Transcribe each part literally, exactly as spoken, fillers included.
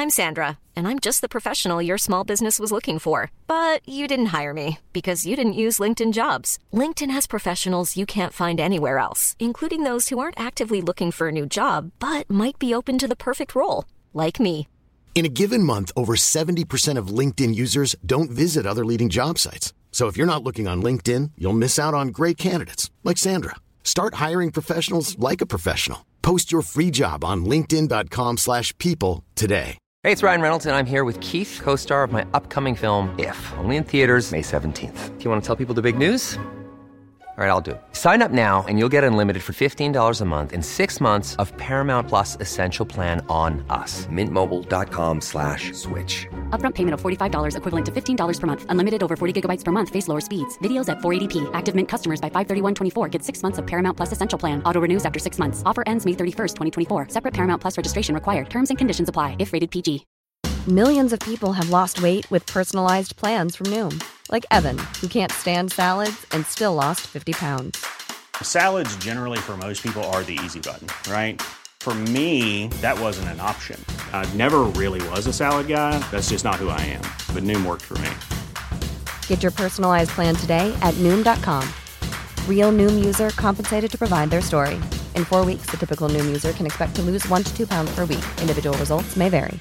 I'm Sandra, and I'm just the professional your small business was looking for. But you didn't hire me because you didn't use LinkedIn Jobs. LinkedIn has professionals you can't find anywhere else, including those who aren't actively looking for a new job, but might be open to the perfect role, like me. In a given month, over seventy percent of LinkedIn users don't visit other leading job sites. So if you're not looking on LinkedIn, you'll miss out on great candidates like Sandra. Start hiring professionals like a professional. Post your free job on linkedin.com slash people today. Hey, it's Ryan Reynolds, and I'm here with Keith, co-star of my upcoming film, If, only in theaters May seventeenth. Do you want to tell people the big news? All right, I'll do it. Sign up now and you'll get unlimited for fifteen dollars a month and six months of Paramount Plus Essential Plan on us. Mint Mobile dot com slash switch. Upfront payment of forty-five dollars equivalent to fifteen dollars per month. Unlimited over forty gigabytes per month. Face lower speeds. Videos at four eighty p. Active Mint customers by five thirty-one twenty-four get six months of Paramount Plus Essential Plan. Auto renews after six months. Offer ends May thirty-first, twenty twenty-four. Separate Paramount Plus registration required. Terms and conditions apply if rated P G. Millions of people have lost weight with personalized plans from Noom. Like Evan, who can't stand salads and still lost fifty pounds. Salads generally for most people are the easy button, right? For me, that wasn't an option. I never really was a salad guy. That's just not who I am. But Noom worked for me. Get your personalized plan today at Noom dot com. Real Noom user compensated to provide their story. In four weeks, the typical Noom user can expect to lose one to two pounds per week. Individual results may vary.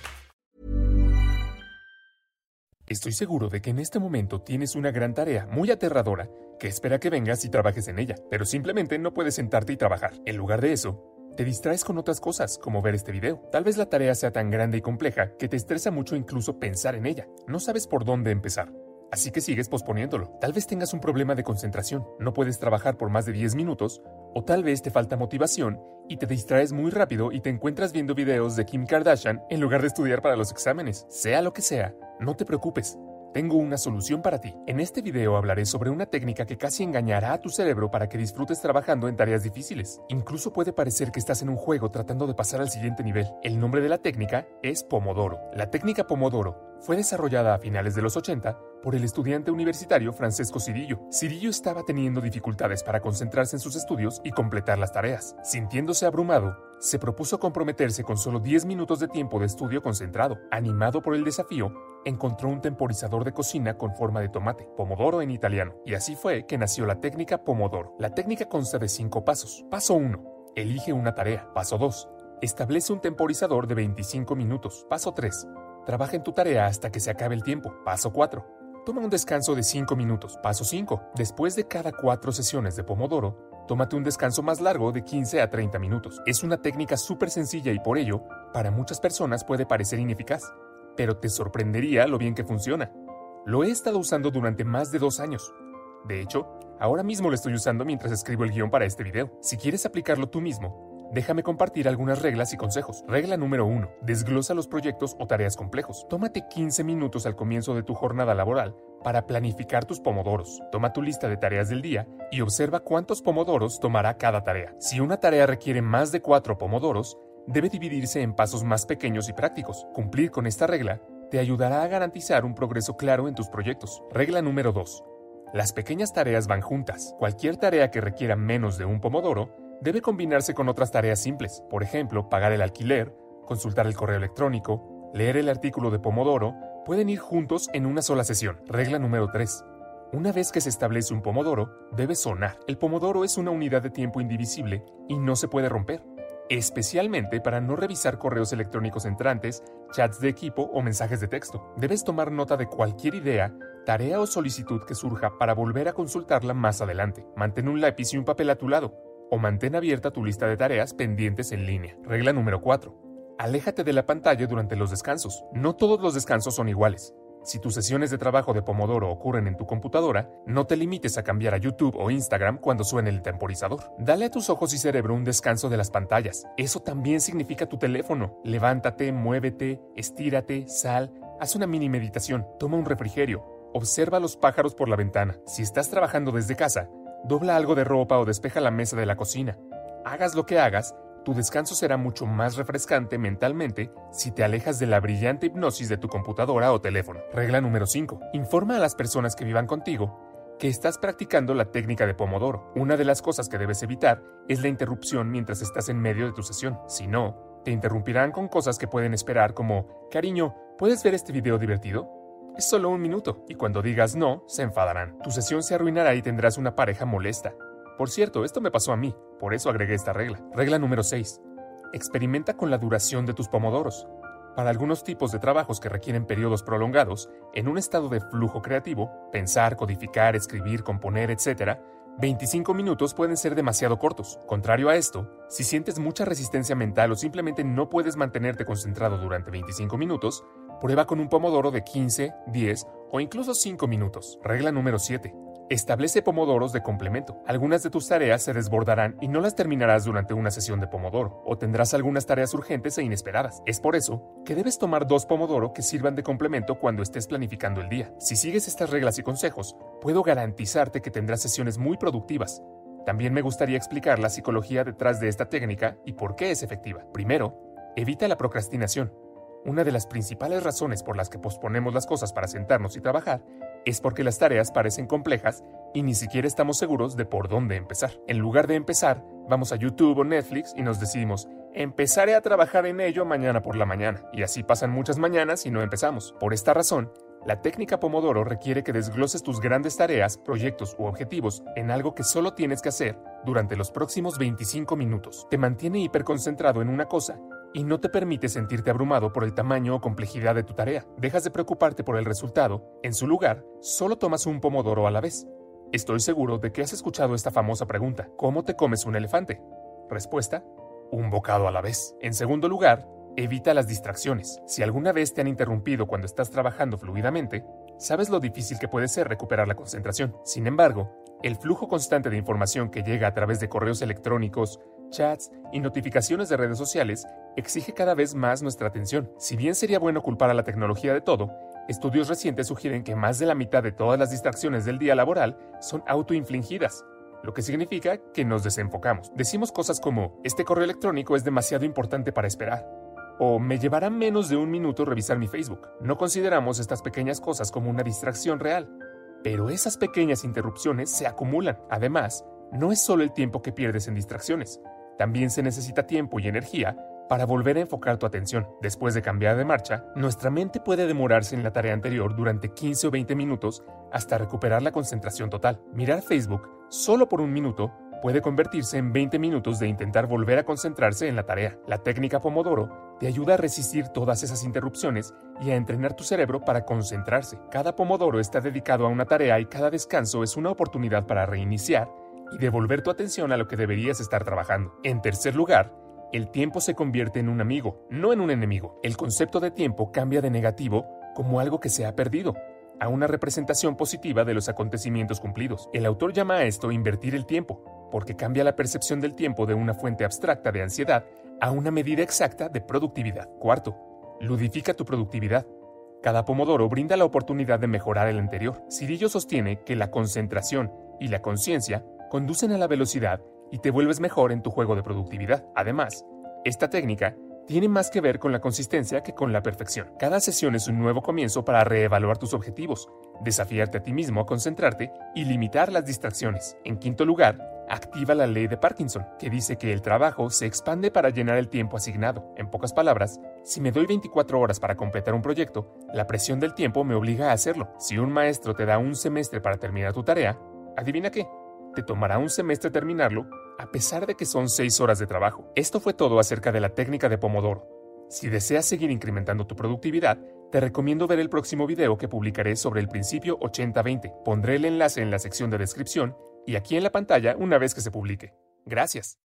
Estoy seguro de que en este momento tienes una gran tarea muy aterradora que espera que vengas y trabajes en ella, pero simplemente no puedes sentarte y trabajar. En lugar de eso, te distraes con otras cosas, como ver este video. Tal vez la tarea sea tan grande y compleja que te estresa mucho incluso pensar en ella. No sabes por dónde empezar, así que sigues posponiéndolo. Tal vez tengas un problema de concentración, no puedes trabajar por más de diez minutos, o tal vez te falta motivación y te distraes muy rápido y te encuentras viendo videos de Kim Kardashian en lugar de estudiar para los exámenes. Sea lo que sea, no te preocupes. Tengo una solución para ti. En este video hablaré sobre una técnica que casi engañará a tu cerebro para que disfrutes trabajando en tareas difíciles. Incluso puede parecer que estás en un juego tratando de pasar al siguiente nivel. El nombre de la técnica es Pomodoro. La técnica Pomodoro fue desarrollada a finales de los ochenta por el estudiante universitario Francesco Cirillo. Cirillo estaba teniendo dificultades para concentrarse en sus estudios y completar las tareas. Sintiéndose abrumado, se propuso comprometerse con solo diez minutos de tiempo de estudio concentrado. Animado por el desafío, encontró un temporizador de cocina con forma de tomate, pomodoro en italiano, y así fue que nació la técnica Pomodoro. La técnica consta de cinco pasos. Paso uno. Elige una tarea. Paso dos. Establece un temporizador de veinticinco minutos. Paso tres. Trabaja en tu tarea hasta que se acabe el tiempo. Paso cuatro. Toma un descanso de cinco minutos. Paso cinco. Después de cada cuatro sesiones de Pomodoro, tómate un descanso más largo de quince a treinta minutos. Es una técnica súper sencilla y por ello, para muchas personas puede parecer ineficaz, pero te sorprendería lo bien que funciona. Lo he estado usando durante más de dos años. De hecho, ahora mismo lo estoy usando mientras escribo el guión para este video. Si quieres aplicarlo tú mismo, déjame compartir algunas reglas y consejos. Regla número uno. Desglosa los proyectos o tareas complejos. Tómate quince minutos al comienzo de tu jornada laboral para planificar tus pomodoros. Toma tu lista de tareas del día y observa cuántos pomodoros tomará cada tarea. Si una tarea requiere más de cuatro pomodoros, debe dividirse en pasos más pequeños y prácticos. Cumplir con esta regla te ayudará a garantizar un progreso claro en tus proyectos. Regla número dos. Las pequeñas tareas van juntas. Cualquier tarea que requiera menos de un pomodoro debe combinarse con otras tareas simples. Por ejemplo, pagar el alquiler, consultar el correo electrónico, leer el artículo de Pomodoro, pueden ir juntos en una sola sesión. Regla número tres. Una vez que se establece un pomodoro, debe sonar. El pomodoro es una unidad de tiempo indivisible y no se puede romper, especialmente para no revisar correos electrónicos entrantes, chats de equipo o mensajes de texto. Debes tomar nota de cualquier idea, tarea o solicitud que surja para volver a consultarla más adelante. Mantén un lápiz y un papel a tu lado, o mantén abierta tu lista de tareas pendientes en línea. Regla número cuatro. Aléjate de la pantalla durante los descansos. No todos los descansos son iguales. Si tus sesiones de trabajo de Pomodoro ocurren en tu computadora, no te limites a cambiar a YouTube o Instagram cuando suene el temporizador. Dale a tus ojos y cerebro un descanso de las pantallas. Eso también significa tu teléfono. Levántate, muévete, estírate, sal, haz una mini meditación, toma un refrigerio, observa a los pájaros por la ventana. Si estás trabajando desde casa, dobla algo de ropa o despeja la mesa de la cocina. Hagas lo que hagas, tu descanso será mucho más refrescante mentalmente si te alejas de la brillante hipnosis de tu computadora o teléfono. Regla número cinco. Informa a las personas que vivan contigo que estás practicando la técnica de Pomodoro. Una de las cosas que debes evitar es la interrupción mientras estás en medio de tu sesión. Si no, Te interrumpirán con cosas que pueden esperar como, cariño, ¿puedes ver este video divertido? Es solo un minuto, y cuando digas no, se enfadarán. Tu sesión se arruinará y tendrás una pareja molesta. Por cierto, esto me pasó a mí, por eso agregué esta regla. Regla número seis. Experimenta con la duración de tus pomodoros. Para algunos tipos de trabajos que requieren periodos prolongados, en un estado de flujo creativo, pensar, codificar, escribir, componer, etcétera, veinticinco minutos pueden ser demasiado cortos. Contrario a esto, si sientes mucha resistencia mental o simplemente no puedes mantenerte concentrado durante veinticinco minutos, prueba con un pomodoro de quince, diez o incluso cinco minutos. Regla número siete. Establece pomodoros de complemento. Algunas de tus tareas se desbordarán y no las terminarás durante una sesión de pomodoro, o tendrás algunas tareas urgentes e inesperadas. Es por eso que debes tomar dos pomodoro que sirvan de complemento cuando estés planificando el día. Si sigues estas reglas y consejos, puedo garantizarte que tendrás sesiones muy productivas. También me gustaría explicar la psicología detrás de esta técnica y por qué es efectiva. Primero, evita la procrastinación. Una de las principales razones por las que posponemos las cosas para sentarnos y trabajar es porque las tareas parecen complejas y ni siquiera estamos seguros de por dónde empezar. En lugar de empezar, vamos a YouTube o Netflix y nos decidimos, empezaré a trabajar en ello mañana por la mañana. Y así pasan muchas mañanas y no empezamos. Por esta razón, la técnica Pomodoro requiere que desgloses tus grandes tareas, proyectos u objetivos en algo que solo tienes que hacer durante los próximos veinticinco minutos. Te mantiene hiperconcentrado en una cosa y no te permite sentirte abrumado por el tamaño o complejidad de tu tarea. Dejas de preocuparte por el resultado. En su lugar, solo tomas un pomodoro a la vez. Estoy seguro de que has escuchado esta famosa pregunta: ¿cómo te comes un elefante? Respuesta: un bocado a la vez. En segundo lugar, evita las distracciones. Si alguna vez te han interrumpido cuando estás trabajando fluidamente, sabes lo difícil que puede ser recuperar la concentración. Sin embargo, el flujo constante de información que llega a través de correos electrónicos, chats y notificaciones de redes sociales exige cada vez más nuestra atención. Si bien sería bueno culpar a la tecnología de todo, estudios recientes sugieren que más de la mitad de todas las distracciones del día laboral son autoinfligidas, lo que significa que nos desenfocamos. Decimos cosas como, este correo electrónico es demasiado importante para esperar, o me llevará menos de un minuto revisar mi Facebook. No consideramos estas pequeñas cosas como una distracción real, pero esas pequeñas interrupciones se acumulan. Además, no es solo el tiempo que pierdes en distracciones, también se necesita tiempo y energía para volver a enfocar tu atención. Después de cambiar de marcha, nuestra mente puede demorarse en la tarea anterior durante quince o veinte minutos hasta recuperar la concentración total. Mirar Facebook solo por un minuto puede convertirse en veinte minutos de intentar volver a concentrarse en la tarea. La técnica Pomodoro te ayuda a resistir todas esas interrupciones y a entrenar tu cerebro para concentrarse. Cada Pomodoro está dedicado a una tarea y cada descanso es una oportunidad para reiniciar y devolver tu atención a lo que deberías estar trabajando. En tercer lugar, el tiempo se convierte en un amigo, no en un enemigo. El concepto de tiempo cambia de negativo como algo que se ha perdido a una representación positiva de los acontecimientos cumplidos. El autor llama a esto invertir el tiempo, porque cambia la percepción del tiempo de una fuente abstracta de ansiedad a una medida exacta de productividad. Cuarto, ludifica tu productividad. Cada pomodoro brinda la oportunidad de mejorar el anterior. Cirillo sostiene que la concentración y la conciencia conducen a la velocidad y te vuelves mejor en tu juego de productividad. Además, esta técnica tiene más que ver con la consistencia que con la perfección. Cada sesión es un nuevo comienzo para reevaluar tus objetivos, desafiarte a ti mismo a concentrarte y limitar las distracciones. En quinto lugar, activa la ley de Parkinson, que dice que el trabajo se expande para llenar el tiempo asignado. En pocas palabras, si me doy veinticuatro horas para completar un proyecto, la presión del tiempo me obliga a hacerlo. Si un maestro te da un semestre para terminar tu tarea, ¿adivina qué? Te tomará un semestre terminarlo, a pesar de que son seis horas de trabajo. Esto fue todo acerca de la técnica de Pomodoro. Si deseas seguir incrementando tu productividad, te recomiendo ver el próximo video que publicaré sobre el principio ochenta veinte. Pondré el enlace en la sección de descripción y aquí en la pantalla una vez que se publique. Gracias.